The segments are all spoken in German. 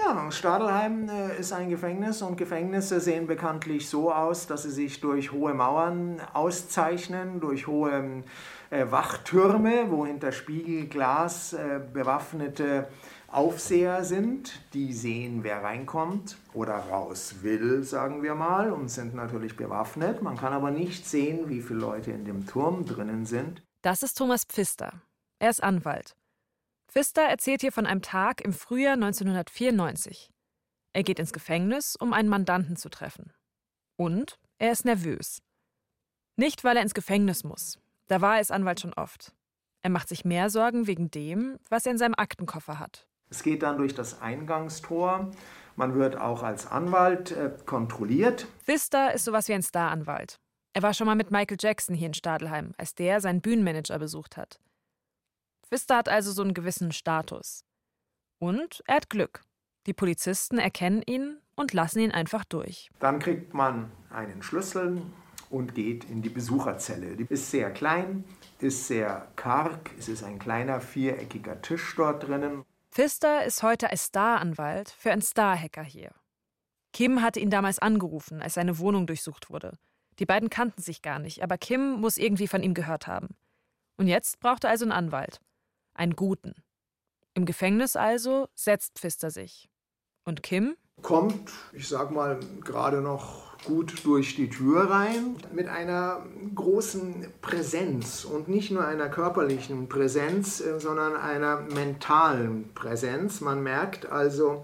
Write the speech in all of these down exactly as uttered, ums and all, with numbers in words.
Ja, Stadelheim äh, ist ein Gefängnis und Gefängnisse sehen bekanntlich so aus, dass sie sich durch hohe Mauern auszeichnen, durch hohe äh, Wachtürme, wo hinter Spiegelglas äh, bewaffnete Aufseher sind, die sehen, wer reinkommt oder raus will, sagen wir mal, und sind natürlich bewaffnet. Man kann aber nicht sehen, wie viele Leute in dem Turm drinnen sind. Das ist Thomas Pfister. Er ist Anwalt. Pfister erzählt hier von einem Tag im Frühjahr neunzehnhundertvierundneunzig. Er geht ins Gefängnis, um einen Mandanten zu treffen. Und er ist nervös. Nicht, weil er ins Gefängnis muss. Da war er als Anwalt schon oft. Er macht sich mehr Sorgen wegen dem, was er in seinem Aktenkoffer hat. Es geht dann durch das Eingangstor. Man wird auch als Anwalt äh, kontrolliert. Pfister ist sowas wie ein Staranwalt. Er war schon mal mit Michael Jackson hier in Stadelheim, als der seinen Bühnenmanager besucht hat. Pfister hat also so einen gewissen Status. Und er hat Glück. Die Polizisten erkennen ihn und lassen ihn einfach durch. Dann kriegt man einen Schlüssel und geht in die Besucherzelle. Die ist sehr klein, ist sehr karg. Es ist ein kleiner viereckiger Tisch dort drinnen. Pfister ist heute als Staranwalt für einen Star-Hacker hier. Kim hatte ihn damals angerufen, als seine Wohnung durchsucht wurde. Die beiden kannten sich gar nicht, aber Kim muss irgendwie von ihm gehört haben. Und jetzt braucht er also einen Anwalt. Einen guten. Im Gefängnis also setzt Pfister sich. Und Kim? Kommt, ich sag mal, gerade noch gut durch die Tür rein, mit einer großen Präsenz und nicht nur einer körperlichen Präsenz, sondern einer mentalen Präsenz. Man merkt also,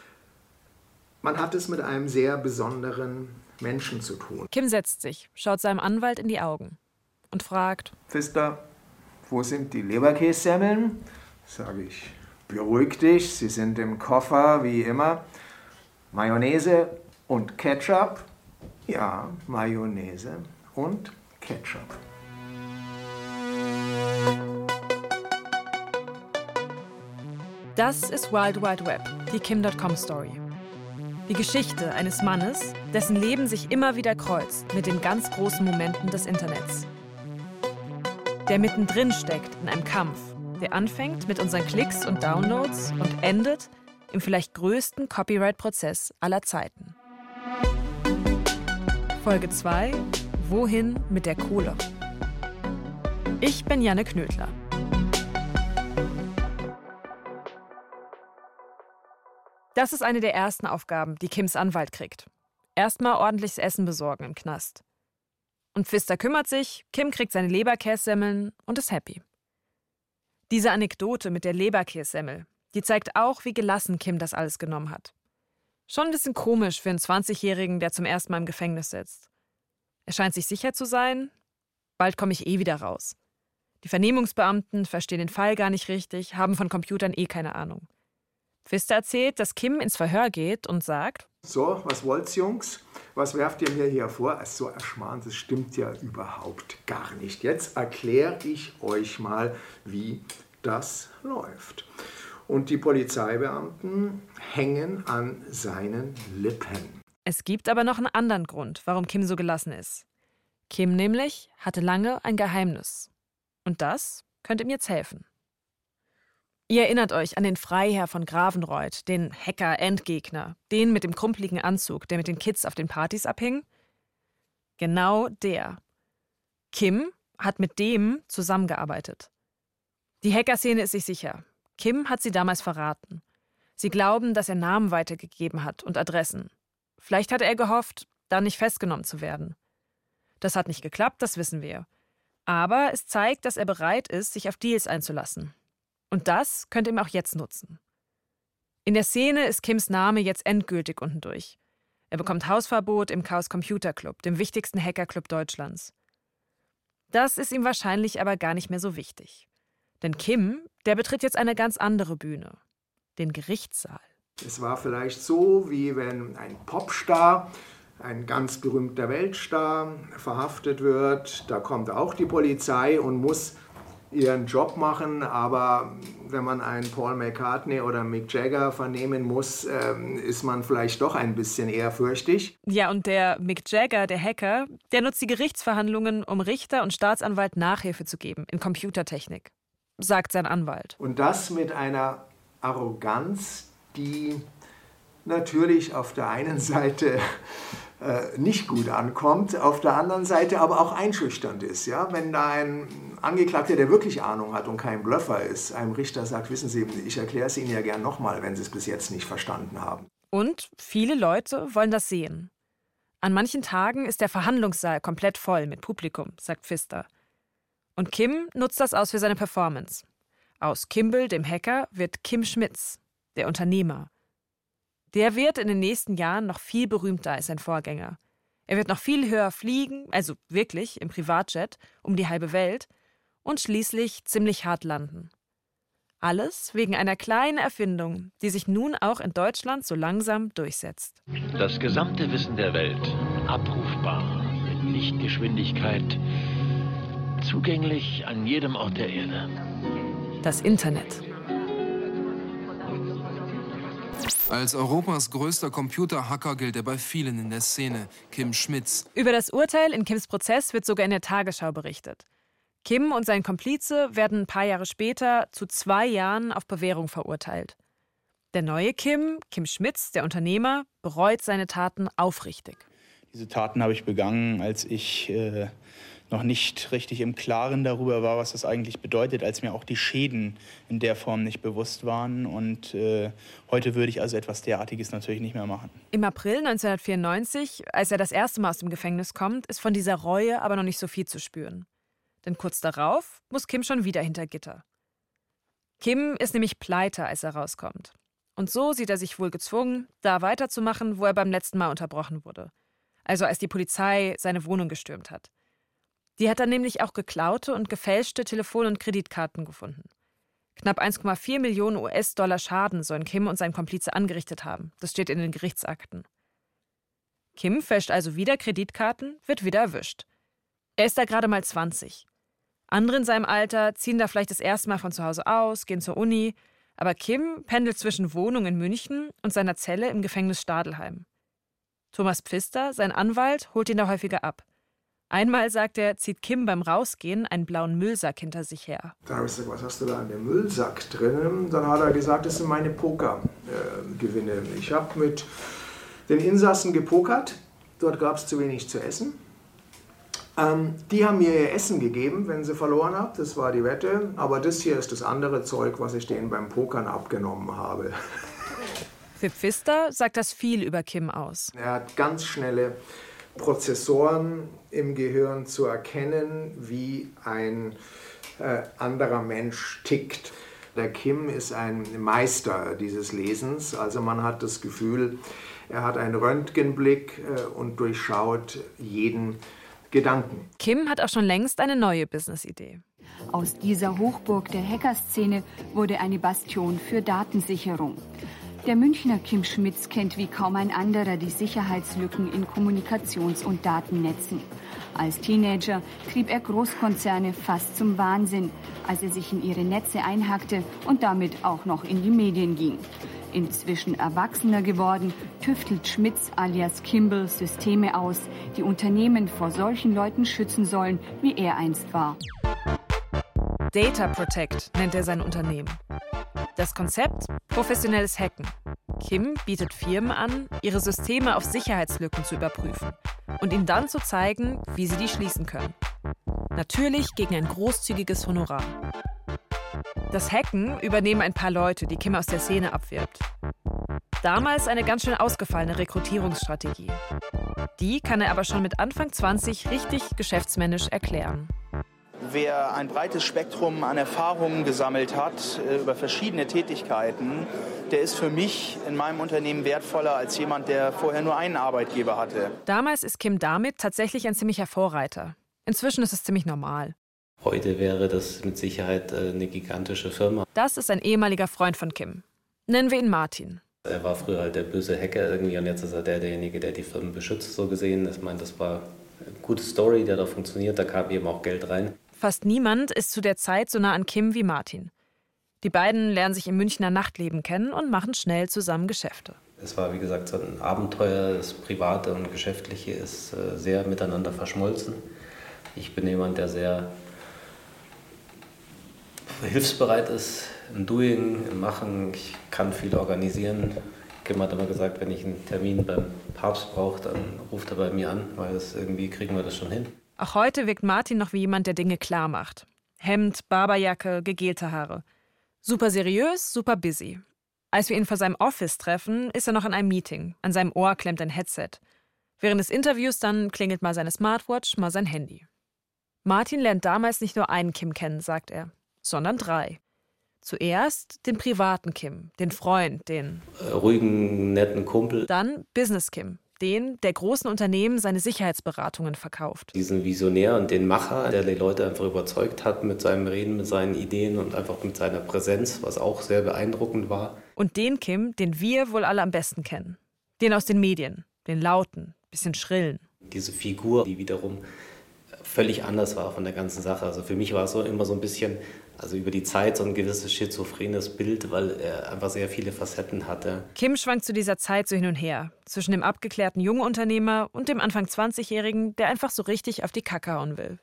man hat es mit einem sehr besonderen Menschen zu tun. Kim setzt sich, schaut seinem Anwalt in die Augen und fragt: Pfister, wo sind die Leberkässemmeln? Sage ich, beruhig dich, sie sind im Koffer, wie immer. Mayonnaise und Ketchup? Ja, Mayonnaise und Ketchup. Das ist Wild Wild Web, die Kim Punkt com Story. Die Geschichte eines Mannes, dessen Leben sich immer wieder kreuzt mit den ganz großen Momenten des Internets. Der mittendrin steckt in einem Kampf, der anfängt mit unseren Klicks und Downloads und endet im vielleicht größten Copyright-Prozess aller Zeiten. Folge zwei: Wohin mit der Kohle? Ich bin Janne Knödler. Das ist eine der ersten Aufgaben, die Kims Anwalt kriegt. Erstmal ordentliches Essen besorgen im Knast. Und Pfister kümmert sich, Kim kriegt seine Leberkässemmeln und ist happy. Diese Anekdote mit der Leberkässemmel, die zeigt auch, wie gelassen Kim das alles genommen hat. Schon ein bisschen komisch für einen zwanzigjährigen, der zum ersten Mal im Gefängnis sitzt. Er scheint sich sicher zu sein, bald komme ich eh wieder raus. Die Vernehmungsbeamten verstehen den Fall gar nicht richtig, haben von Computern eh keine Ahnung. Pfister erzählt, dass Kim ins Verhör geht und sagt: So, was wollt's, Jungs? Was werft ihr mir hier vor? So erschmarrn, das stimmt ja überhaupt gar nicht. Jetzt erkläre ich euch mal, wie das läuft. Und die Polizeibeamten hängen an seinen Lippen. Es gibt aber noch einen anderen Grund, warum Kim so gelassen ist. Kim nämlich hatte lange ein Geheimnis. Und das könnte ihm jetzt helfen. Ihr erinnert euch an den Freiherr von Gravenreuth, den Hacker-Endgegner, den mit dem krumpeligen Anzug, der mit den Kids auf den Partys abhing? Genau der. Kim hat mit dem zusammengearbeitet. Die Hackerszene ist sich sicher. Kim hat sie damals verraten. Sie glauben, dass er Namen weitergegeben hat und Adressen. Vielleicht hatte er gehofft, da nicht festgenommen zu werden. Das hat nicht geklappt, das wissen wir. Aber es zeigt, dass er bereit ist, sich auf Deals einzulassen. Und das könnte ihm auch jetzt nutzen. In der Szene ist Kims Name jetzt endgültig unten durch. Er bekommt Hausverbot im Chaos Computer Club, dem wichtigsten Hackerclub Deutschlands. Das ist ihm wahrscheinlich aber gar nicht mehr so wichtig. Denn Kim, der betritt jetzt eine ganz andere Bühne. Den Gerichtssaal. Es war vielleicht so, wie wenn ein Popstar, ein ganz berühmter Weltstar, verhaftet wird. Da kommt auch die Polizei und muss ihren Job machen, aber wenn man einen Paul McCartney oder Mick Jagger vernehmen muss, ähm, ist man vielleicht doch ein bisschen ehrfürchtig. Ja, und der Mick Jagger, der Hacker, der nutzt die Gerichtsverhandlungen, um Richter und Staatsanwalt Nachhilfe zu geben in Computertechnik, sagt sein Anwalt. Und das mit einer Arroganz, die natürlich auf der einen Seite äh, nicht gut ankommt, auf der anderen Seite aber auch einschüchternd ist. Ja? Wenn da ein Angeklagter, der wirklich Ahnung hat und kein Blöffer ist, einem Richter sagt, wissen Sie, ich erkläre es Ihnen ja gern nochmal, wenn Sie es bis jetzt nicht verstanden haben. Und viele Leute wollen das sehen. An manchen Tagen ist der Verhandlungssaal komplett voll mit Publikum, sagt Pfister. Und Kim nutzt das aus für seine Performance. Aus Kimball, dem Hacker, wird Kim Schmitz, der Unternehmer. Der wird in den nächsten Jahren noch viel berühmter als sein Vorgänger. Er wird noch viel höher fliegen, also wirklich im Privatjet, um die halbe Welt und schließlich ziemlich hart landen. Alles wegen einer kleinen Erfindung, die sich nun auch in Deutschland so langsam durchsetzt. Das gesamte Wissen der Welt, abrufbar, mit Lichtgeschwindigkeit, zugänglich an jedem Ort der Erde. Das Internet. Als Europas größter Computerhacker gilt er bei vielen in der Szene, Kim Schmitz. Über das Urteil in Kims Prozess wird sogar in der Tagesschau berichtet. Kim und sein Komplize werden ein paar Jahre später zu zwei Jahren auf Bewährung verurteilt. Der neue Kim, Kim Schmitz, der Unternehmer, bereut seine Taten aufrichtig. Diese Taten habe ich begangen, als ich äh, noch nicht richtig im Klaren darüber war, was das eigentlich bedeutet, als mir auch die Schäden in der Form nicht bewusst waren. Und äh, heute würde ich also etwas derartiges natürlich nicht mehr machen. Im April neunzehnhundertvierundneunzig, als er das erste Mal aus dem Gefängnis kommt, ist von dieser Reue aber noch nicht so viel zu spüren. Denn kurz darauf muss Kim schon wieder hinter Gitter. Kim ist nämlich pleite, als er rauskommt. Und so sieht er sich wohl gezwungen, da weiterzumachen, wo er beim letzten Mal unterbrochen wurde. Also als die Polizei seine Wohnung gestürmt hat. Die hat dann nämlich auch geklaute und gefälschte Telefon- und Kreditkarten gefunden. Knapp eins Komma vier Millionen U S-Dollar Schaden sollen Kim und sein Komplize angerichtet haben. Das steht in den Gerichtsakten. Kim fälscht also wieder Kreditkarten, wird wieder erwischt. Er ist da gerade mal zwanzig. Andere in seinem Alter ziehen da vielleicht das erste Mal von zu Hause aus, gehen zur Uni. Aber Kim pendelt zwischen Wohnung in München und seiner Zelle im Gefängnis Stadelheim. Thomas Pfister, sein Anwalt, holt ihn da häufiger ab. Einmal, sagt er, zieht Kim beim Rausgehen einen blauen Müllsack hinter sich her. Da habe ich gesagt, was hast du da in dem Müllsack drin? Dann hat er gesagt, das sind meine Pokergewinne. Äh, ich habe mit den Insassen gepokert, dort gab es zu wenig zu essen. Ähm, die haben mir ihr Essen gegeben, wenn sie verloren haben, das war die Wette. Aber das hier ist das andere Zeug, was ich denen beim Pokern abgenommen habe. Für Pfister sagt das viel über Kim aus. Er hat ganz schnelle Prozessoren im Gehirn zu erkennen, wie ein äh, anderer Mensch tickt. Der Kim ist ein Meister dieses Lesens, also man hat das Gefühl, er hat einen Röntgenblick äh, und durchschaut jeden Gedanken. Kim hat auch schon längst eine neue Business-Idee. Aus dieser Hochburg der Hackerszene wurde eine Bastion für Datensicherung. Der Münchner Kim Schmitz kennt wie kaum ein anderer die Sicherheitslücken in Kommunikations- und Datennetzen. Als Teenager trieb er Großkonzerne fast zum Wahnsinn, als er sich in ihre Netze einhackte und damit auch noch in die Medien ging. Inzwischen erwachsener geworden, tüftelt Schmitz alias Kimball Systeme aus, die Unternehmen vor solchen Leuten schützen sollen, wie er einst war. Data Protect nennt er sein Unternehmen. Das Konzept? Professionelles Hacken. Kim bietet Firmen an, ihre Systeme auf Sicherheitslücken zu überprüfen und ihnen dann zu zeigen, wie sie die schließen können. Natürlich gegen ein großzügiges Honorar. Das Hacken übernehmen ein paar Leute, die Kim aus der Szene abwirbt. Damals eine ganz schön ausgefallene Rekrutierungsstrategie. Die kann er aber schon mit Anfang zwanzig richtig geschäftsmännisch erklären. Wer ein breites Spektrum an Erfahrungen gesammelt hat äh, über verschiedene Tätigkeiten, der ist für mich in meinem Unternehmen wertvoller als jemand, der vorher nur einen Arbeitgeber hatte. Damals ist Kim damit tatsächlich ein ziemlicher Vorreiter. Inzwischen ist es ziemlich normal. Heute wäre das mit Sicherheit eine gigantische Firma. Das ist ein ehemaliger Freund von Kim. Nennen wir ihn Martin. Er war früher halt der böse Hacker irgendwie und jetzt ist er der, derjenige, der die Firmen beschützt, so gesehen. Ich meine, das war eine gute Story, die da funktioniert, da kam eben auch Geld rein. Fast niemand ist zu der Zeit so nah an Kim wie Martin. Die beiden lernen sich im Münchner Nachtleben kennen und machen schnell zusammen Geschäfte. Es war, wie gesagt, so ein Abenteuer. Das Private und Geschäftliche ist sehr miteinander verschmolzen. Ich bin jemand, der sehr hilfsbereit ist im Doing, im Machen. Ich kann viel organisieren, Kim hat immer gesagt, wenn ich einen Termin beim Papst brauche, dann ruft er bei mir an, weil das irgendwie kriegen wir das schon hin. Auch heute wirkt Martin noch wie jemand, der Dinge klar macht. Hemd, Barberjacke, gegelte Haare. Super seriös, super busy. Als wir ihn vor seinem Office treffen, ist er noch in einem Meeting. An seinem Ohr klemmt ein Headset. Während des Interviews dann klingelt mal seine Smartwatch, mal sein Handy. Martin lernt damals nicht nur einen Kim kennen, sagt er, sondern drei. Zuerst den privaten Kim, den Freund, den äh, ruhigen, netten Kumpel. Dann Business Kim, den, der großen Unternehmen seine Sicherheitsberatungen verkauft. Diesen Visionär und den Macher, der die Leute einfach überzeugt hat mit seinem Reden, mit seinen Ideen und einfach mit seiner Präsenz, was auch sehr beeindruckend war. Und den Kim, den wir wohl alle am besten kennen. Den aus den Medien, den lauten, bisschen schrillen. Diese Figur, die wiederum völlig anders war von der ganzen Sache. Also für mich war es so immer so ein bisschen, also über die Zeit so ein gewisses schizophrenes Bild, weil er einfach sehr viele Facetten hatte. Kim schwankt zu dieser Zeit so hin und her, zwischen dem abgeklärten Jungunternehmer und dem Anfang zwanzigjährigen, der einfach so richtig auf die Kacke hauen will.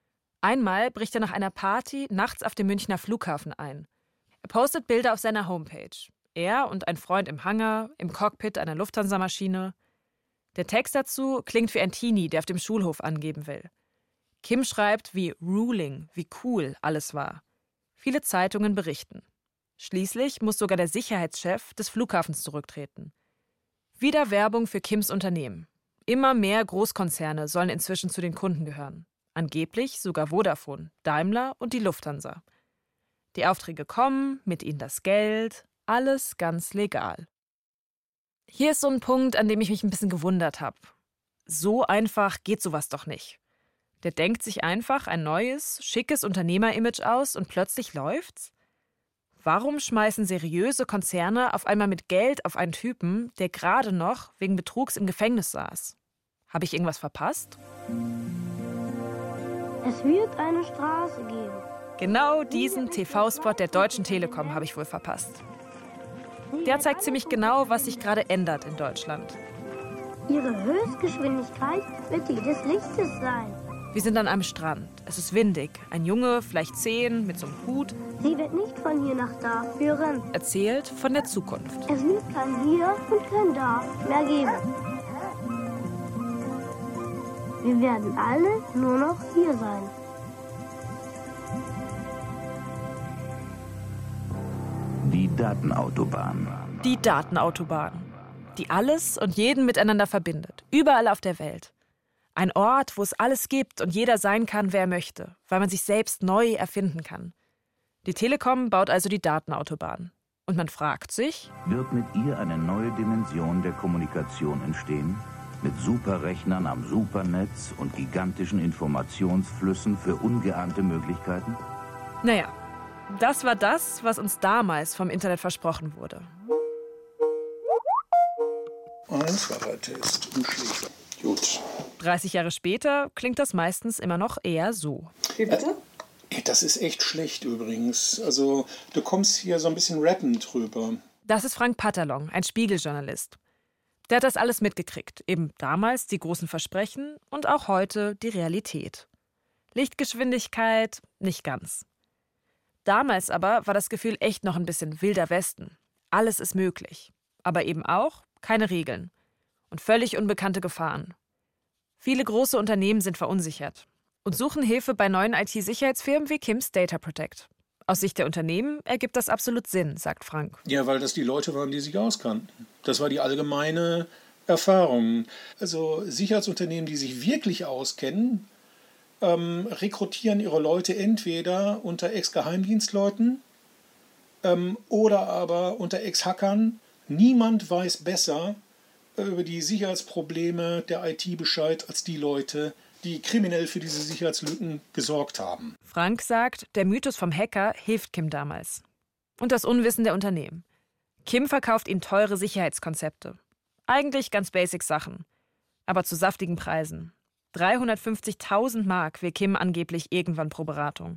Einmal bricht er nach einer Party nachts auf dem Münchner Flughafen ein. Er postet Bilder auf seiner Homepage. Er und ein Freund im Hangar, im Cockpit einer Lufthansa-Maschine. Der Text dazu klingt wie ein Teenie, der auf dem Schulhof angeben will. Kim schreibt, wie ruling, wie cool alles war. Viele Zeitungen berichten. Schließlich muss sogar der Sicherheitschef des Flughafens zurücktreten. Wieder Werbung für Kims Unternehmen. Immer mehr Großkonzerne sollen inzwischen zu den Kunden gehören. Angeblich sogar Vodafone, Daimler und die Lufthansa. Die Aufträge kommen, mit ihnen das Geld, alles ganz legal. Hier ist so ein Punkt, an dem ich mich ein bisschen gewundert habe. So einfach geht sowas doch nicht. Der denkt sich einfach ein neues, schickes Unternehmerimage aus und plötzlich läuft's? Warum schmeißen seriöse Konzerne auf einmal mit Geld auf einen Typen, der gerade noch wegen Betrugs im Gefängnis saß? Habe ich irgendwas verpasst? Es wird eine Straße geben. Genau diesen T V-Spot der Deutschen Telekom habe ich wohl verpasst. Der zeigt ziemlich genau, was sich gerade ändert in Deutschland. Ihre Höchstgeschwindigkeit wird die des Lichtes sein. Wir sind an einem Strand. Es ist windig. Ein Junge, vielleicht zehn, mit so einem Hut. Sie wird nicht von hier nach da führen. Erzählt von der Zukunft. Es wird kein Hier und kein Da mehr geben. Wir werden alle nur noch hier sein. Die Datenautobahn. Die Datenautobahn. Die alles und jeden miteinander verbindet. Überall auf der Welt. Ein Ort, wo es alles gibt und jeder sein kann, wer er möchte, weil man sich selbst neu erfinden kann. Die Telekom baut also die Datenautobahn. Und man fragt sich, wird mit ihr eine neue Dimension der Kommunikation entstehen? Mit Superrechnern am Supernetz und gigantischen Informationsflüssen für ungeahnte Möglichkeiten? Naja, das war das, was uns damals vom Internet versprochen wurde. Ein Fahrradtest und schlägt. Gut. dreißig Jahre später klingt das meistens immer noch eher so. Wie bitte? Äh, das ist echt schlecht übrigens. Also du kommst hier so ein bisschen rappend drüber. Das ist Frank Patterlong, ein Spiegeljournalist. Der hat das alles mitgekriegt. Eben damals die großen Versprechen und auch heute die Realität. Lichtgeschwindigkeit nicht ganz. Damals aber war das Gefühl echt noch ein bisschen Wilder Westen. Alles ist möglich. Aber eben auch keine Regeln. Und völlig unbekannte Gefahren. Viele große Unternehmen sind verunsichert und suchen Hilfe bei neuen I T-Sicherheitsfirmen wie Kims Data Protect. Aus Sicht der Unternehmen ergibt das absolut Sinn, sagt Frank. Ja, weil das die Leute waren, die sich auskannten. Das war die allgemeine Erfahrung. Also Sicherheitsunternehmen, die sich wirklich auskennen, ähm, rekrutieren ihre Leute entweder unter Ex-Geheimdienstleuten ähm, oder aber unter Ex-Hackern. Niemand weiß besser über die Sicherheitsprobleme der I T Bescheid als die Leute, die kriminell für diese Sicherheitslücken gesorgt haben. Frank sagt, der Mythos vom Hacker hilft Kim damals. Und das Unwissen der Unternehmen. Kim verkauft ihnen teure Sicherheitskonzepte. Eigentlich ganz basic Sachen. Aber zu saftigen Preisen. dreihundertfünfzigtausend Mark will Kim angeblich irgendwann pro Beratung.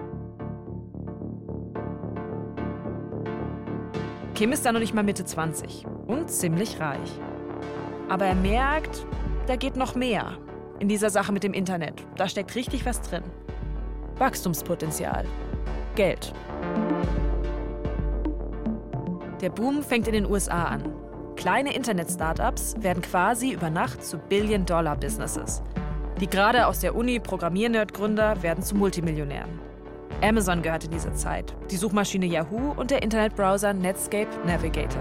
Kim ist da noch nicht mal Mitte zwanzig und ziemlich reich. Aber er merkt, da geht noch mehr. In dieser Sache mit dem Internet, da steckt richtig was drin. Wachstumspotenzial. Geld. Der Boom fängt in den U S A an. Kleine Internet-Startups werden quasi über Nacht zu Billion-Dollar-Businesses. Die gerade aus der Uni Programmier-Nerd-Gründer werden zu Multimillionären. Amazon gehört in diese Zeit, die Suchmaschine Yahoo und der Internetbrowser Netscape Navigator.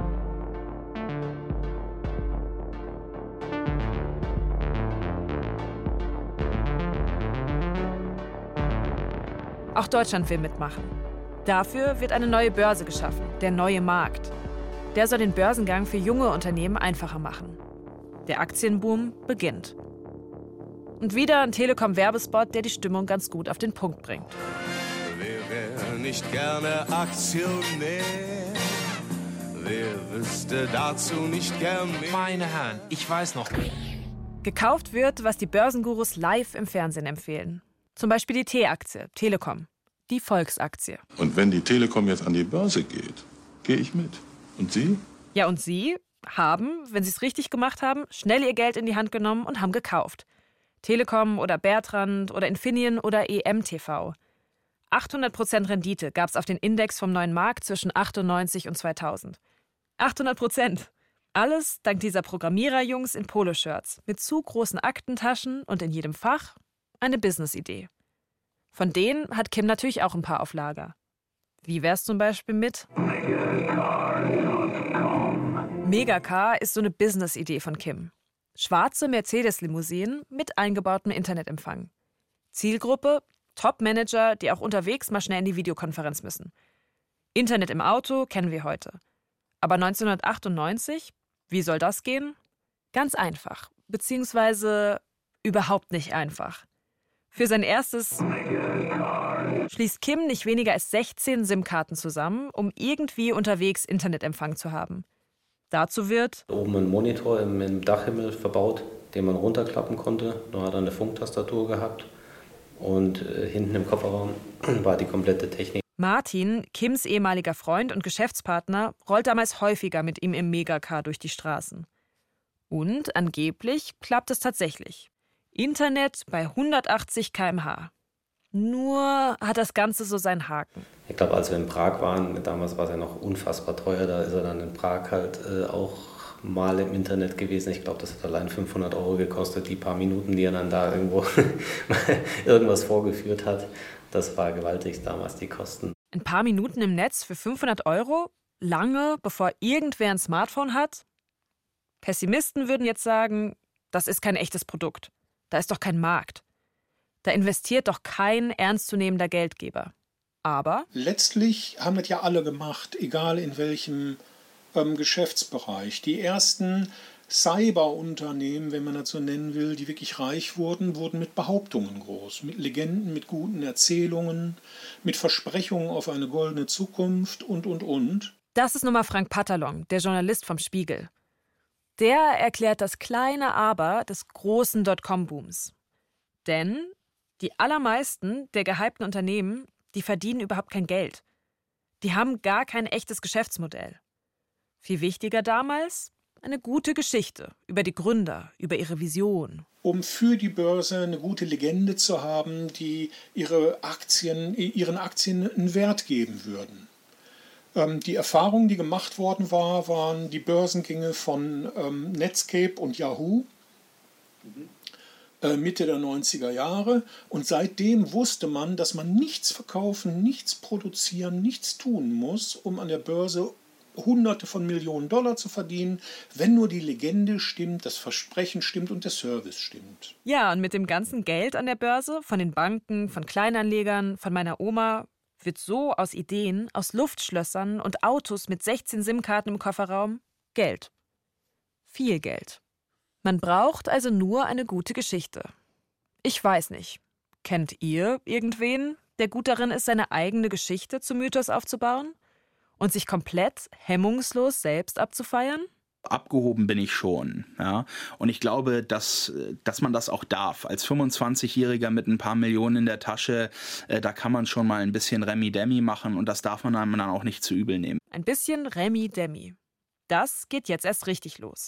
Auch Deutschland will mitmachen. Dafür wird eine neue Börse geschaffen, der neue Markt. Der soll den Börsengang für junge Unternehmen einfacher machen. Der Aktienboom beginnt. Und wieder ein Telekom-Werbespot, der die Stimmung ganz gut auf den Punkt bringt. Wer wäre nicht gerne Aktionär? Wer wüsste dazu nicht gern mehr? Meine Herren, ich weiß noch nicht. Gekauft wird, was die Börsengurus live im Fernsehen empfehlen. Zum Beispiel die T-Aktie, Telekom, die Volksaktie. Und wenn die Telekom jetzt an die Börse geht, gehe ich mit. Und Sie? Ja, und Sie haben, wenn Sie es richtig gemacht haben, schnell Ihr Geld in die Hand genommen und haben gekauft. Telekom oder Bertrand oder Infineon oder E M T V. achthundert Prozent Rendite gab es auf den Index vom neuen Markt zwischen achtundneunzig und zweitausend. achthundert Prozent. Alles dank dieser Programmiererjungs in Poloshirts mit zu großen Aktentaschen und in jedem Fach eine Business-Idee. Von denen hat Kim natürlich auch ein paar auf Lager. Wie wär's zum Beispiel mit Megacar ist so eine Business-Idee von Kim. Schwarze Mercedes-Limousinen mit eingebautem Internetempfang. Zielgruppe: Top-Manager, die auch unterwegs mal schnell in die Videokonferenz müssen. Internet im Auto kennen wir heute. Aber neunzehnhundertachtundneunzig, wie soll das gehen? Ganz einfach, beziehungsweise überhaupt nicht einfach. Für sein erstes schließt Kim nicht weniger als sechzehn SIM-Karten zusammen, um irgendwie unterwegs Internetempfang zu haben. Dazu wird oben ein Monitor im, im Dachhimmel verbaut, den man runterklappen konnte. Da hat er eine Funktastatur gehabt und äh, hinten im Kofferraum war die komplette Technik. Martin, Kims ehemaliger Freund und Geschäftspartner, rollt damals häufiger mit ihm im Megacar durch die Straßen. Und angeblich klappt es tatsächlich. Internet bei hundertachtzig Kilometer pro Stunde. Nur hat das Ganze so seinen Haken. Ich glaube, als wir in Prag waren, damals war es ja noch unfassbar teuer, da ist er dann in Prag halt äh, auch mal im Internet gewesen. Ich glaube, das hat allein fünfhundert Euro gekostet, die paar Minuten, die er dann da irgendwo irgendwas vorgeführt hat. Das war gewaltig damals, die Kosten. Ein paar Minuten im Netz für fünfhundert Euro? Lange, bevor irgendwer ein Smartphone hat? Pessimisten würden jetzt sagen, das ist kein echtes Produkt. Da ist doch kein Markt. Da investiert doch kein ernstzunehmender Geldgeber. Aber letztlich haben es ja alle gemacht, egal in welchem ähm, Geschäftsbereich. Die ersten Cyberunternehmen, wenn man das so nennen will, die wirklich reich wurden, wurden mit Behauptungen groß. Mit Legenden, mit guten Erzählungen, mit Versprechungen auf eine goldene Zukunft und, und, und. Das ist nun mal Frank Patalon, der Journalist vom Spiegel. Der erklärt das kleine Aber des großen Dotcom-Booms. Denn die allermeisten der gehypten Unternehmen, die verdienen überhaupt kein Geld. Die haben gar kein echtes Geschäftsmodell. Viel wichtiger damals, eine gute Geschichte über die Gründer, über ihre Vision. Um für die Börse eine gute Legende zu haben, die ihre Aktien, ihren Aktien einen Wert geben würden. Ähm, die Erfahrung, die gemacht worden war, waren die Börsengänge von ähm, Netscape und Yahoo. Mhm. Mitte der neunziger Jahre, und seitdem wusste man, dass man nichts verkaufen, nichts produzieren, nichts tun muss, um an der Börse Hunderte von Millionen Dollar zu verdienen, wenn nur die Legende stimmt, das Versprechen stimmt und der Service stimmt. Ja, und mit dem ganzen Geld an der Börse, von den Banken, von Kleinanlegern, von meiner Oma, wird so aus Ideen, aus Luftschlössern und Autos mit sechzehn SIM-Karten im Kofferraum Geld. Viel Geld. Man braucht also nur eine gute Geschichte. Ich weiß nicht. Kennt ihr irgendwen, der gut darin ist, seine eigene Geschichte zum Mythos aufzubauen und sich komplett hemmungslos selbst abzufeiern? Abgehoben bin ich schon. Ja. Und ich glaube, dass, dass man das auch darf. Als fünfundzwanzigjähriger mit ein paar Millionen in der Tasche, äh, da kann man schon mal ein bisschen Remi-Demi machen, und das darf man dann auch nicht zu übel nehmen. Ein bisschen Remi-Demi. Das geht jetzt erst richtig los.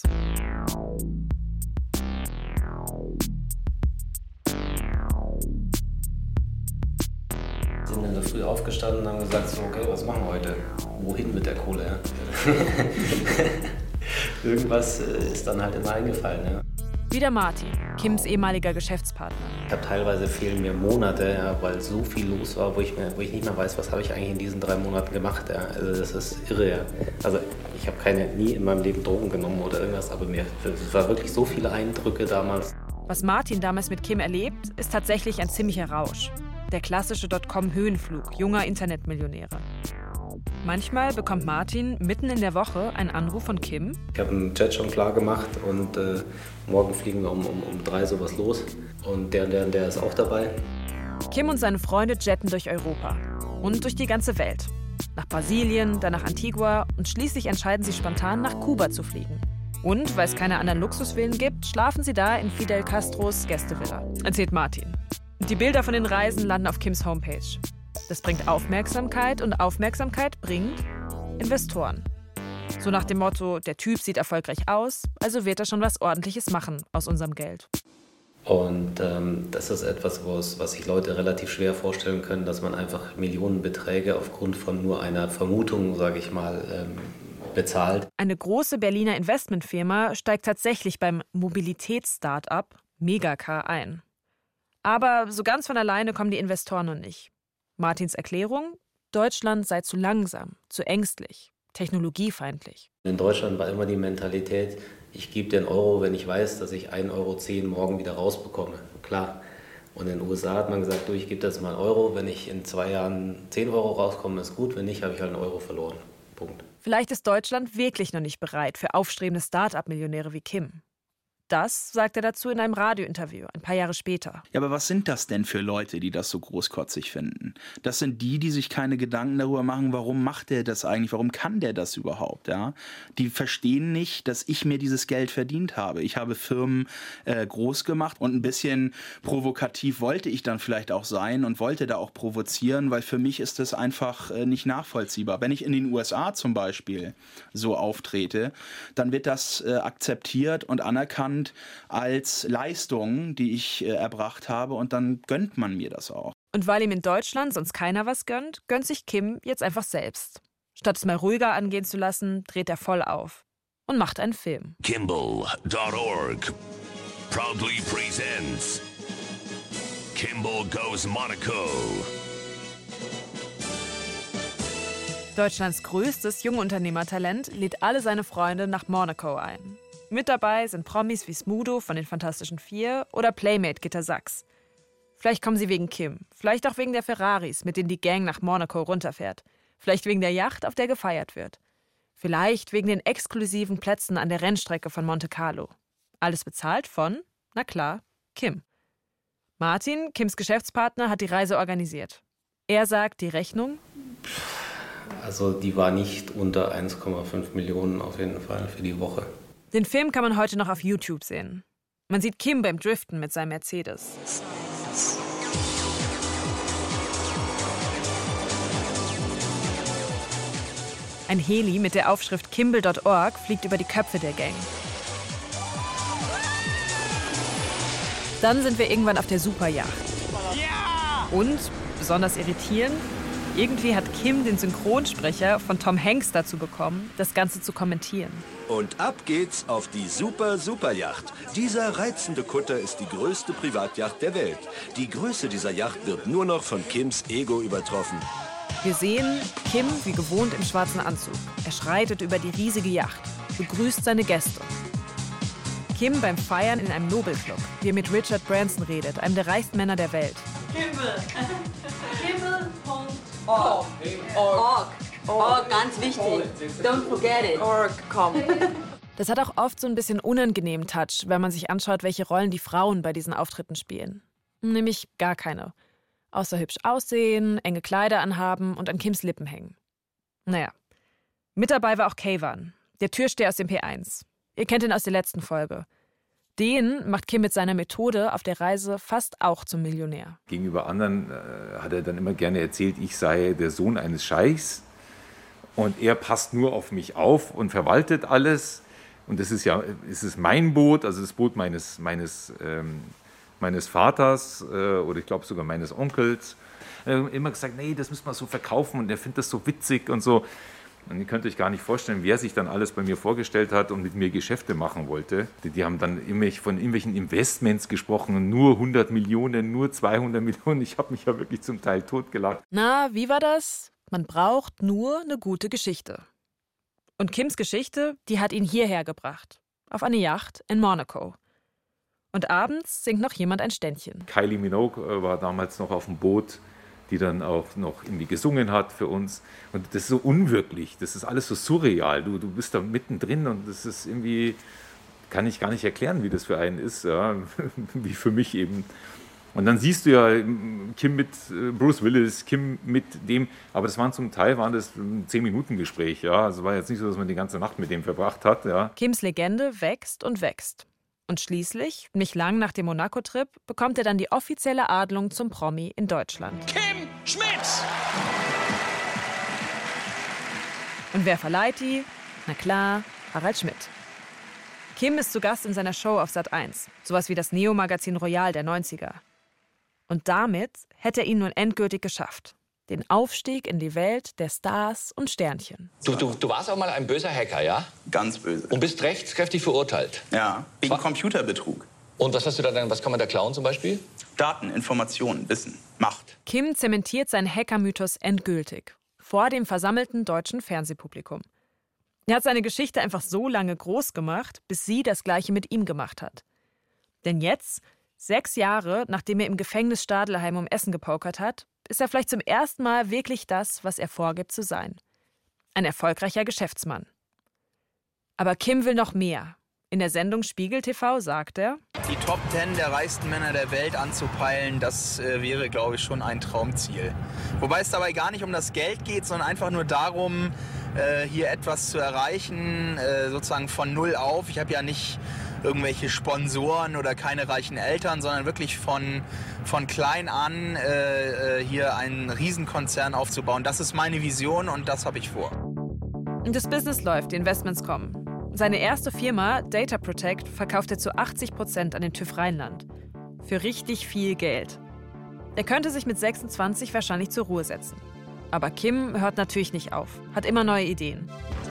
Wir sind in der Früh aufgestanden und haben gesagt, so, okay, was machen wir heute? Wohin mit der Kohle? Irgendwas ist dann halt immer eingefallen. Ja. Wieder Martin, Kims ehemaliger Geschäftspartner. Ich habe teilweise fehlen mir Monate, ja, weil so viel los war, wo ich, mir, wo ich nicht mehr weiß, was habe ich eigentlich in diesen drei Monaten gemacht. Ja. Also das ist irre. Ja. Also ich habe keine nie in meinem Leben Drogen genommen oder irgendwas, aber mir es war wirklich so viele Eindrücke damals. Was Martin damals mit Kim erlebt, ist tatsächlich ein ziemlicher Rausch. Der klassische Dotcom-Höhenflug junger Internetmillionäre. Manchmal bekommt Martin mitten in der Woche einen Anruf von Kim. Ich habe einen Jet schon klar gemacht und äh, morgen fliegen wir um, um, um drei sowas los. Und der, der, der ist auch dabei. Kim und seine Freunde jetten durch Europa und durch die ganze Welt. Nach Brasilien, dann nach Antigua und schließlich entscheiden sie spontan, nach Kuba zu fliegen. Und, weil es keine anderen Luxusvillen gibt, schlafen sie da in Fidel Castros Gästevilla, erzählt Martin. Die Bilder von den Reisen landen auf Kims Homepage. Das bringt Aufmerksamkeit und Aufmerksamkeit bringt Investoren. So nach dem Motto, der Typ sieht erfolgreich aus, also wird er schon was Ordentliches machen aus unserem Geld. Und ähm, das ist etwas, was sich Leute relativ schwer vorstellen können, dass man einfach Millionenbeträge aufgrund von nur einer Vermutung, sage ich mal, ähm, bezahlt. Eine große Berliner Investmentfirma steigt tatsächlich beim Mobilitäts-Startup Megacar ein. Aber so ganz von alleine kommen die Investoren noch nicht. Martins Erklärung? Deutschland sei zu langsam, zu ängstlich, technologiefeindlich. In Deutschland war immer die Mentalität, ich gebe dir einen Euro, wenn ich weiß, dass ich ein Euro zehn morgen wieder rausbekomme. Klar. Und in den U S A hat man gesagt, du, ich gebe das mal einen Euro, wenn ich in zwei Jahren zehn Euro rauskomme, ist gut, wenn nicht, habe ich halt einen Euro verloren. Punkt. Vielleicht ist Deutschland wirklich noch nicht bereit für aufstrebende Start-up-Millionäre wie Kim. Das sagt er dazu in einem Radiointerview, ein paar Jahre später. Ja, aber was sind das denn für Leute, die das so großkotzig finden? Das sind die, die sich keine Gedanken darüber machen, warum macht der das eigentlich, warum kann der das überhaupt? Ja? Die verstehen nicht, dass ich mir dieses Geld verdient habe. Ich habe Firmen äh, groß gemacht und ein bisschen provokativ wollte ich dann vielleicht auch sein und wollte da auch provozieren, weil für mich ist das einfach äh, nicht nachvollziehbar. Wenn ich in den U S A zum Beispiel so auftrete, dann wird das äh, akzeptiert und anerkannt als Leistung, die ich äh, erbracht habe, und dann gönnt man mir das auch. Und weil ihm in Deutschland sonst keiner was gönnt, gönnt sich Kim jetzt einfach selbst. Statt es mal ruhiger angehen zu lassen, dreht er voll auf und macht einen Film. Kimball Punkt org proudly presents Kimball Goes Monaco. Deutschlands größtes Jungunternehmertalent lädt alle seine Freunde nach Monaco ein. Mit dabei sind Promis wie Smudo von den Fantastischen Vier oder Playmate Gitta Sachs. Vielleicht kommen sie wegen Kim, vielleicht auch wegen der Ferraris, mit denen die Gang nach Monaco runterfährt. Vielleicht wegen der Yacht, auf der gefeiert wird. Vielleicht wegen den exklusiven Plätzen an der Rennstrecke von Monte Carlo. Alles bezahlt von, na klar, Kim. Martin, Kims Geschäftspartner, hat die Reise organisiert. Er sagt, die Rechnung? Also die war nicht unter eins Komma fünf Millionen auf jeden Fall für die Woche. Den Film kann man heute noch auf YouTube sehen. Man sieht Kim beim Driften mit seinem Mercedes. Ein Heli mit der Aufschrift Kimball Punkt org fliegt über die Köpfe der Gang. Dann sind wir irgendwann auf der Superjacht. Und, besonders irritierend, irgendwie hat Kim den Synchronsprecher von Tom Hanks dazu bekommen, das Ganze zu kommentieren. Und ab geht's auf die Super Superjacht. Dieser reizende Kutter ist die größte Privatjacht der Welt. Die Größe dieser Yacht wird nur noch von Kims Ego übertroffen. Wir sehen Kim wie gewohnt im schwarzen Anzug. Er schreitet über die riesige Yacht, begrüßt seine Gäste. Kim beim Feiern in einem Nobelclub, wie er mit Richard Branson redet, einem der reichsten Männer der Welt. Kimball. Kimball Punkt org. Org. Org, ganz wichtig. Don't forget it. Org, komm. Das hat auch oft so ein bisschen unangenehmen Touch, wenn man sich anschaut, welche Rollen die Frauen bei diesen Auftritten spielen. Nämlich gar keine. Außer hübsch aussehen, enge Kleider anhaben und an Kims Lippen hängen. Naja. Mit dabei war auch Kayvan, der Türsteher aus dem P eins. Ihr kennt ihn aus der letzten Folge. Den macht Kim mit seiner Methode auf der Reise fast auch zum Millionär. Gegenüber anderen äh, hat er dann immer gerne erzählt, ich sei der Sohn eines Scheichs und er passt nur auf mich auf und verwaltet alles. Und das ist ja, es ist mein Boot, also das Boot meines, meines, ähm, meines Vaters äh, oder ich glaube sogar meines Onkels. Äh, immer gesagt, nee, das müssen wir so verkaufen und er findet das so witzig und so. Und ihr könnt euch gar nicht vorstellen, wer sich dann alles bei mir vorgestellt hat und mit mir Geschäfte machen wollte. Die haben dann von irgendwelchen Investments gesprochen, nur hundert Millionen, nur zweihundert Millionen. Ich habe mich ja wirklich zum Teil totgelacht. Na, wie war das? Man braucht nur eine gute Geschichte. Und Kims Geschichte, die hat ihn hierher gebracht. Auf eine Yacht in Monaco. Und abends singt noch jemand ein Ständchen. Kylie Minogue war damals noch auf dem Boot, die dann auch noch irgendwie gesungen hat für uns. Und das ist so unwirklich, das ist alles so surreal. Du, du bist da mittendrin und das ist irgendwie, kann ich gar nicht erklären, wie das für einen ist, ja, wie für mich eben. Und dann siehst du ja Kim mit Bruce Willis, Kim mit dem, aber das waren zum Teil waren das zehn Minuten Gespräch, ja. Also war jetzt nicht so, dass man die ganze Nacht mit dem verbracht hat, ja. Kims Legende wächst und wächst. Und schließlich, nicht lang nach dem Monaco-Trip, bekommt er dann die offizielle Adelung zum Promi in Deutschland. Kim Schmidt! Und wer verleiht die? Na klar, Harald Schmidt. Kim ist zu Gast in seiner Show auf Sat eins, sowas wie das Neo-Magazin Royal der neunziger. Und damit hätte er ihn nun endgültig geschafft. Den Aufstieg in die Welt der Stars und Sternchen. Du, du, du warst auch mal ein böser Hacker, ja? Ganz böse. Und bist rechtskräftig verurteilt? Ja, wegen War Computerbetrug. Und was hast du da dann, was kann man da klauen zum Beispiel? Daten, Informationen, Wissen, Macht. Kim zementiert seinen Hacker-Mythos endgültig. Vor dem versammelten deutschen Fernsehpublikum. Er hat seine Geschichte einfach so lange groß gemacht, bis sie das Gleiche mit ihm gemacht hat. Denn jetzt, sechs Jahre nachdem er im Gefängnis Stadelheim um Essen gepokert hat, ist er vielleicht zum ersten Mal wirklich das, was er vorgibt zu sein. Ein erfolgreicher Geschäftsmann. Aber Kim will noch mehr. In der Sendung Spiegel T V sagt er: Die Top Ten der reichsten Männer der Welt anzupeilen, das äh, wäre, glaube ich, schon ein Traumziel. Wobei es dabei gar nicht um das Geld geht, sondern einfach nur darum, äh, hier etwas zu erreichen, äh, sozusagen von null auf. Ich habe ja nicht irgendwelche Sponsoren oder keine reichen Eltern, sondern wirklich von, von klein an äh, hier einen Riesenkonzern aufzubauen. Das ist meine Vision und das habe ich vor. Und das Business läuft, die Investments kommen. Seine erste Firma, Data Protect, verkauft er zu achtzig Prozent an den TÜV Rheinland. Für richtig viel Geld. Er könnte sich mit sechsundzwanzig wahrscheinlich zur Ruhe setzen. Aber Kim hört natürlich nicht auf, hat immer neue Ideen.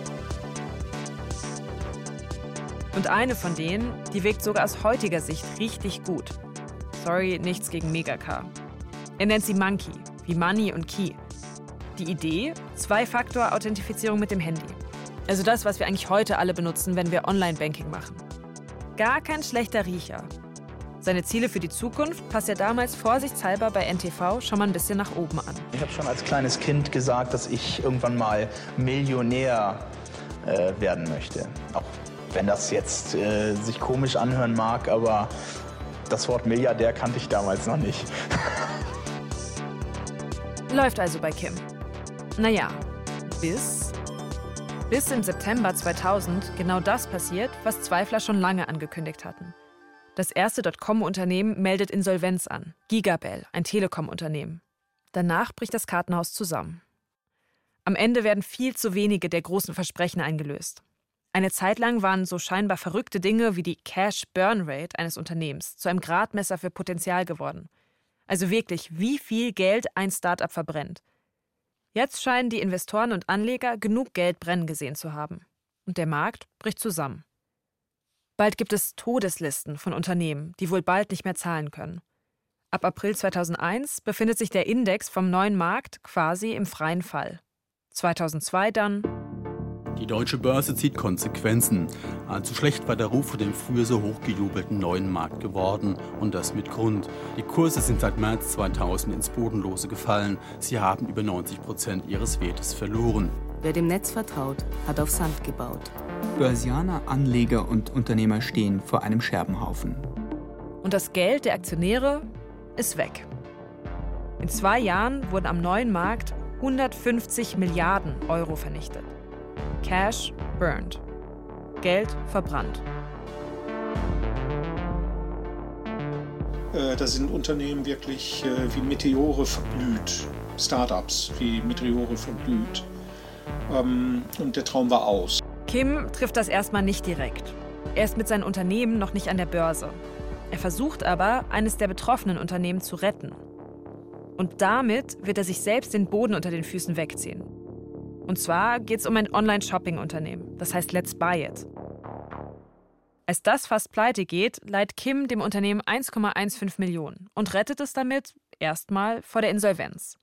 Und eine von denen, die wirkt sogar aus heutiger Sicht richtig gut. Sorry, nichts gegen Megacar. Er nennt sie Monkey, wie Money und Key. Die Idee? Zwei-Faktor-Authentifizierung mit dem Handy. Also das, was wir eigentlich heute alle benutzen, wenn wir Online-Banking machen. Gar kein schlechter Riecher. Seine Ziele für die Zukunft passt er damals vorsichtshalber bei N T V schon mal ein bisschen nach oben an. Ich habe schon als kleines Kind gesagt, dass ich irgendwann mal Millionär äh, werden möchte. Auch wenn das jetzt äh, sich komisch anhören mag, aber das Wort Milliardär kannte ich damals noch nicht. Läuft also bei Kim. Naja, bis... Bis im September zweitausend genau das passiert, was Zweifler schon lange angekündigt hatten. Das erste Dotcom-Unternehmen meldet Insolvenz an. Gigabell, ein Telekom-Unternehmen. Danach bricht das Kartenhaus zusammen. Am Ende werden viel zu wenige der großen Versprechen eingelöst. Eine Zeit lang waren so scheinbar verrückte Dinge wie die Cash-Burn-Rate eines Unternehmens zu einem Gradmesser für Potenzial geworden. Also wirklich, wie viel Geld ein Start-up verbrennt. Jetzt scheinen die Investoren und Anleger genug Geld brennen gesehen zu haben. Und der Markt bricht zusammen. Bald gibt es Todeslisten von Unternehmen, die wohl bald nicht mehr zahlen können. Ab April zweitausendeins befindet sich der Index vom neuen Markt quasi im freien Fall. zweitausendzwei dann... Die deutsche Börse zieht Konsequenzen. Allzu schlecht war der Ruf vor dem früher so hochgejubelten neuen Markt geworden. Und das mit Grund. Die Kurse sind seit März zweitausend ins Bodenlose gefallen. Sie haben über neunzig Prozent ihres Wertes verloren. Wer dem Netz vertraut, hat auf Sand gebaut. Börsianer, Anleger und Unternehmer stehen vor einem Scherbenhaufen. Und das Geld der Aktionäre ist weg. In zwei Jahren wurden am neuen Markt hundertfünfzig Milliarden Euro vernichtet. Cash burned. Geld verbrannt. Äh, da sind Unternehmen wirklich äh, wie Meteore verblüht. Startups wie Meteore verblüht. Ähm, und der Traum war aus. Kim trifft das erstmal nicht direkt. Er ist mit seinem Unternehmen noch nicht an der Börse. Er versucht aber, eines der betroffenen Unternehmen zu retten. Und damit wird er sich selbst den Boden unter den Füßen wegziehen. Und zwar geht es um ein Online-Shopping-Unternehmen, das heißt Let's Buy It. Als das fast pleite geht, leiht Kim dem Unternehmen eins Komma fünfzehn Millionen und rettet es damit erstmal vor der Insolvenz.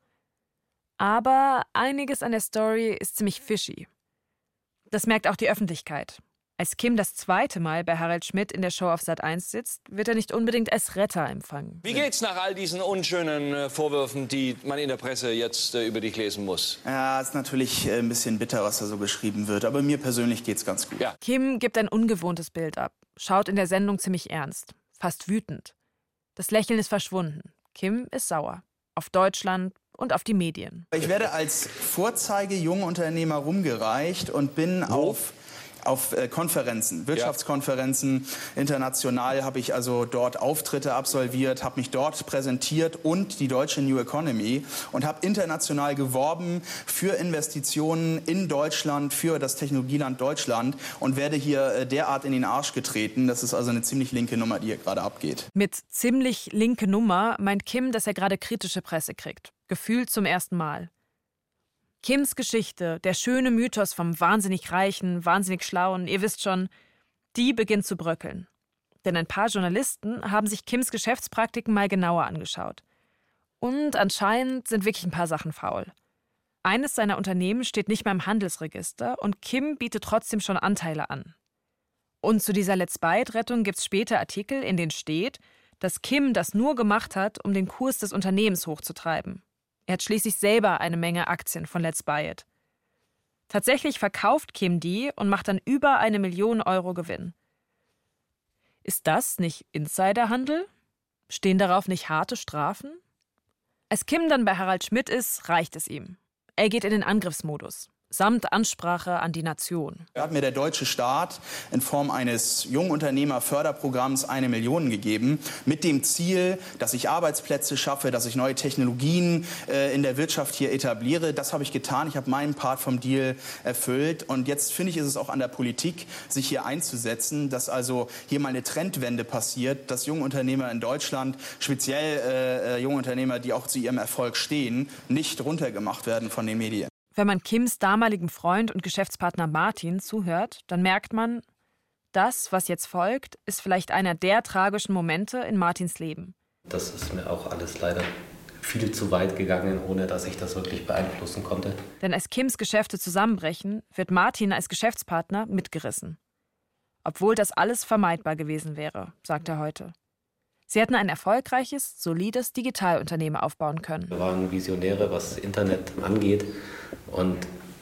Aber einiges an der Story ist ziemlich fishy. Das merkt auch die Öffentlichkeit. Als Kim das zweite Mal bei Harald Schmidt in der Show auf Sat eins sitzt, wird er nicht unbedingt als Retter empfangen. Wie geht's nach all diesen unschönen äh, Vorwürfen, die man in der Presse jetzt äh, über dich lesen muss? Ja, ist natürlich äh, ein bisschen bitter, was da so geschrieben wird, aber mir persönlich geht's ganz gut. Ja. Kim gibt ein ungewohntes Bild ab, schaut in der Sendung ziemlich ernst, fast wütend. Das Lächeln ist verschwunden. Kim ist sauer. Auf Deutschland und auf die Medien. Ich werde als Vorzeige-Jungunternehmer rumgereicht und bin Wo? auf... Auf äh, Konferenzen, Wirtschaftskonferenzen, international habe ich also dort Auftritte absolviert, habe mich dort präsentiert und die deutsche New Economy und habe international geworben für Investitionen in Deutschland, für das Technologieland Deutschland und werde hier äh, derart in den Arsch getreten. Das ist also eine ziemlich linke Nummer, die hier gerade abgeht. Mit ziemlich linke Nummer meint Kim, dass er gerade kritische Presse kriegt. Gefühlt zum ersten Mal. Kims Geschichte, der schöne Mythos vom wahnsinnig Reichen, wahnsinnig Schlauen, ihr wisst schon, die beginnt zu bröckeln. Denn ein paar Journalisten haben sich Kims Geschäftspraktiken mal genauer angeschaut. Und anscheinend sind wirklich ein paar Sachen faul. Eines seiner Unternehmen steht nicht mehr im Handelsregister und Kim bietet trotzdem schon Anteile an. Und zu dieser Let's Buy It-Rettung gibt es später Artikel, in denen steht, dass Kim das nur gemacht hat, um den Kurs des Unternehmens hochzutreiben. Er hat schließlich selber eine Menge Aktien von Let's Buy It. Tatsächlich verkauft Kim die und macht dann über eine Million Euro Gewinn. Ist das nicht Insiderhandel? Stehen darauf nicht harte Strafen? Als Kim dann bei Harald Schmidt ist, reicht es ihm. Er geht in den Angriffsmodus. Samt Ansprache an die Nation. Da hat mir der deutsche Staat in Form eines Jungunternehmerförderprogramms eine Million gegeben, mit dem Ziel, dass ich Arbeitsplätze schaffe, dass ich neue Technologien äh, in der Wirtschaft hier etabliere. Das habe ich getan. Ich habe meinen Part vom Deal erfüllt. Und jetzt finde ich, ist es auch an der Politik, sich hier einzusetzen, dass also hier mal eine Trendwende passiert, dass Jungunternehmer in Deutschland, speziell äh, Jungunternehmer, die auch zu ihrem Erfolg stehen, nicht runtergemacht werden von den Medien. Wenn man Kims damaligem Freund und Geschäftspartner Martin zuhört, dann merkt man, das, was jetzt folgt, ist vielleicht einer der tragischen Momente in Martins Leben. Das ist mir auch alles leider viel zu weit gegangen, ohne dass ich das wirklich beeinflussen konnte. Denn als Kims Geschäfte zusammenbrechen, wird Martin als Geschäftspartner mitgerissen. Obwohl das alles vermeidbar gewesen wäre, sagt er heute. Sie hätten ein erfolgreiches, solides Digitalunternehmen aufbauen können. Wir waren Visionäre, was Internet angeht. Und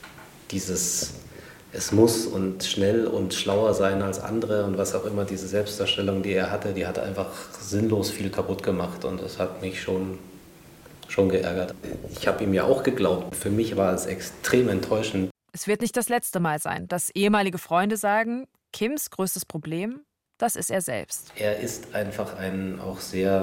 dieses, es muss und schnell und schlauer sein als andere und was auch immer, diese Selbstdarstellung, die er hatte, die hat einfach sinnlos viel kaputt gemacht. Und das hat mich schon, schon geärgert. Ich habe ihm ja auch geglaubt. Für mich war es extrem enttäuschend. Es wird nicht das letzte Mal sein, dass ehemalige Freunde sagen, Kims größtes Problem, das ist er selbst. Er ist einfach ein auch sehr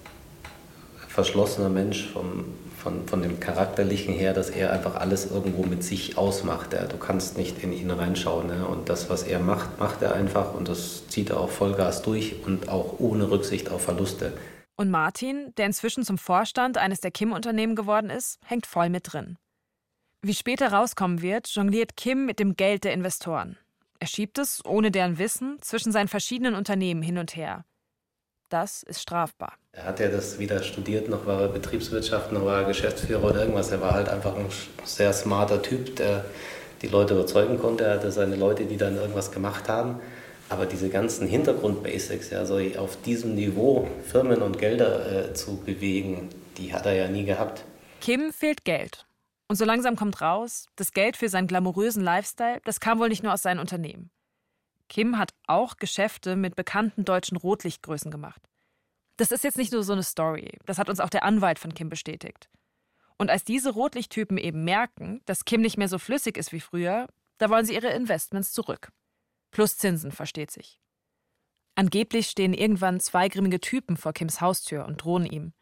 verschlossener Mensch vom, von, von dem Charakterlichen her, dass er einfach alles irgendwo mit sich ausmacht. Ja. Du kannst nicht in ihn reinschauen. Ja. Und das, was er macht, macht er einfach und das zieht er auch Vollgas durch und auch ohne Rücksicht auf Verluste. Und Martin, der inzwischen zum Vorstand eines der Kim-Unternehmen geworden ist, hängt voll mit drin. Wie später rauskommen wird, jongliert Kim mit dem Geld der Investoren. Er schiebt es, ohne deren Wissen, zwischen seinen verschiedenen Unternehmen hin und her. Das ist strafbar. Er hat ja das wieder studiert, noch war er Betriebswirtschaft, noch war er Geschäftsführer oder irgendwas. Er war halt einfach ein sehr smarter Typ, der die Leute überzeugen konnte. Er hatte seine Leute, die dann irgendwas gemacht haben. Aber diese ganzen Hintergrund-Basics, ja, so auf diesem Niveau Firmen und Gelder äh, zu bewegen, die hat er ja nie gehabt. Kim fehlt Geld. Und so langsam kommt raus, das Geld für seinen glamourösen Lifestyle, das kam wohl nicht nur aus seinen Unternehmen. Kim hat auch Geschäfte mit bekannten deutschen Rotlichtgrößen gemacht. Das ist jetzt nicht nur so eine Story, das hat uns auch der Anwalt von Kim bestätigt. Und als diese Rotlichttypen eben merken, dass Kim nicht mehr so flüssig ist wie früher, da wollen sie ihre Investments zurück. Plus Zinsen, versteht sich. Angeblich stehen irgendwann zwei grimmige Typen vor Kims Haustür und drohen ihm.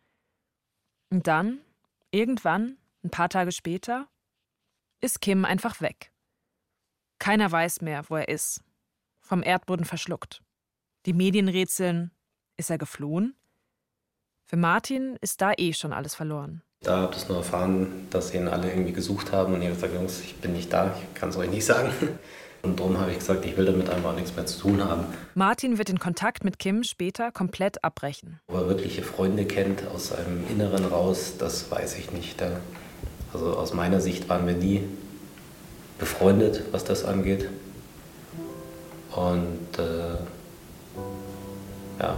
Und dann, irgendwann, ein paar Tage später, ist Kim einfach weg. Keiner weiß mehr, wo er ist. Vom Erdboden verschluckt. Die Medien rätseln, ist er geflohen? Für Martin ist da eh schon alles verloren. Da habe ich nur erfahren, dass sie ihn alle irgendwie gesucht haben und ich habe gesagt, Jungs, ich bin nicht da, ich kann es euch nicht sagen. Und darum habe ich gesagt, ich will damit einfach nichts mehr zu tun haben. Martin wird den Kontakt mit Kim später komplett abbrechen. Ob er wirkliche Freunde kennt aus seinem Inneren raus, das weiß ich nicht. Also aus meiner Sicht waren wir nie befreundet, was das angeht. Und äh, ja.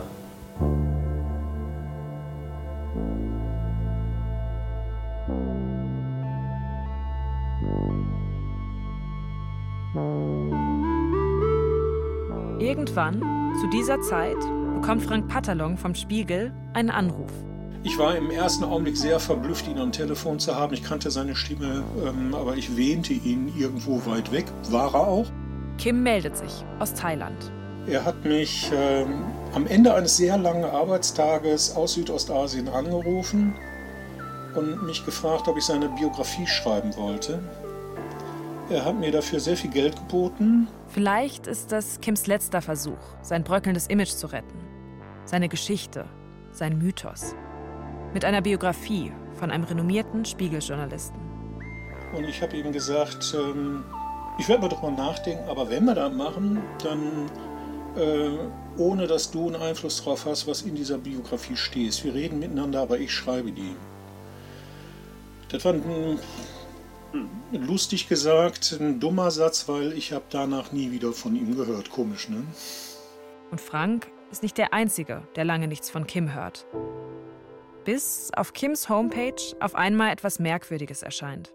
Irgendwann, zu dieser Zeit, bekommt Frank Patterlong vom Spiegel einen Anruf. Ich war im ersten Augenblick sehr verblüfft, ihn am Telefon zu haben. Ich kannte seine Stimme, ähm, aber ich wähnte ihn irgendwo weit weg. War er auch. Kim meldet sich aus Thailand. Er hat mich ähm, am Ende eines sehr langen Arbeitstages aus Südostasien angerufen und mich gefragt, ob ich seine Biografie schreiben wollte. Er hat mir dafür sehr viel Geld geboten. Vielleicht ist das Kims letzter Versuch, sein bröckelndes Image zu retten. Seine Geschichte, sein Mythos. Mit einer Biografie von einem renommierten Spiegeljournalisten. Und ich habe ihm gesagt, ähm, ich werde mal drüber nachdenken, aber wenn wir das machen, dann äh, ohne, dass du einen Einfluss darauf hast, was in dieser Biografie steht. Wir reden miteinander, aber ich schreibe die. Das war ein, lustig gesagt, ein dummer Satz, weil ich habe danach nie wieder von ihm gehört. Komisch, ne? Und Frank ist nicht der Einzige, der lange nichts von Kim hört. Bis auf Kims Homepage auf einmal etwas Merkwürdiges erscheint.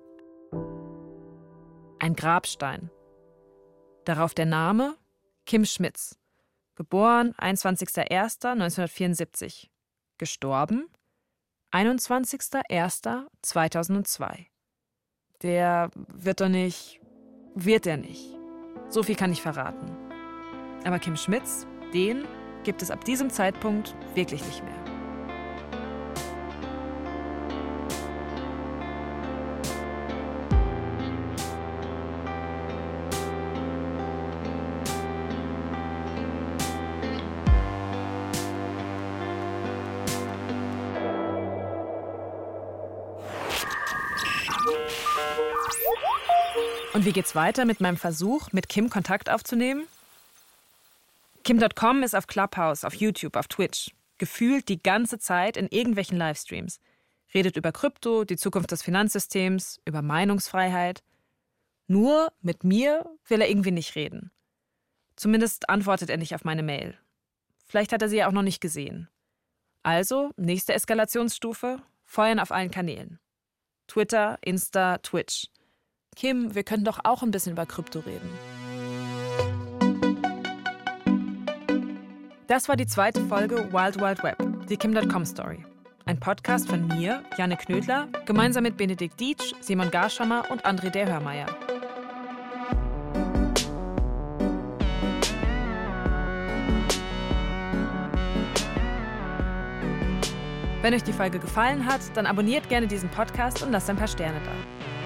Ein Grabstein. Darauf der Name Kim Schmitz. Geboren einundzwanzigster erster neunzehnhundertvierundsiebzig. Gestorben einundzwanzigster erster zweitausendzwei. Der wird doch nicht... Wird er nicht. So viel kann ich verraten. Aber Kim Schmitz, den gibt es ab diesem Zeitpunkt wirklich nicht mehr. Und wie geht's weiter mit meinem Versuch, mit Kim Kontakt aufzunehmen? Kim Punkt com ist auf Clubhouse, auf YouTube, auf Twitch. Gefühlt die ganze Zeit in irgendwelchen Livestreams. Redet über Krypto, die Zukunft des Finanzsystems, über Meinungsfreiheit. Nur mit mir will er irgendwie nicht reden. Zumindest antwortet er nicht auf meine Mail. Vielleicht hat er sie ja auch noch nicht gesehen. Also, nächste Eskalationsstufe, feuern auf allen Kanälen. Twitter, Insta, Twitch. Kim, wir können doch auch ein bisschen über Krypto reden. Das war die zweite Folge Wild Wild Web, die Kim Punkt com Story. Ein Podcast von mir, Janne Knödler, gemeinsam mit Benedikt Dietsch, Simon Garschammer und André Derhörmeier. Wenn euch die Folge gefallen hat, dann abonniert gerne diesen Podcast und lasst ein paar Sterne da.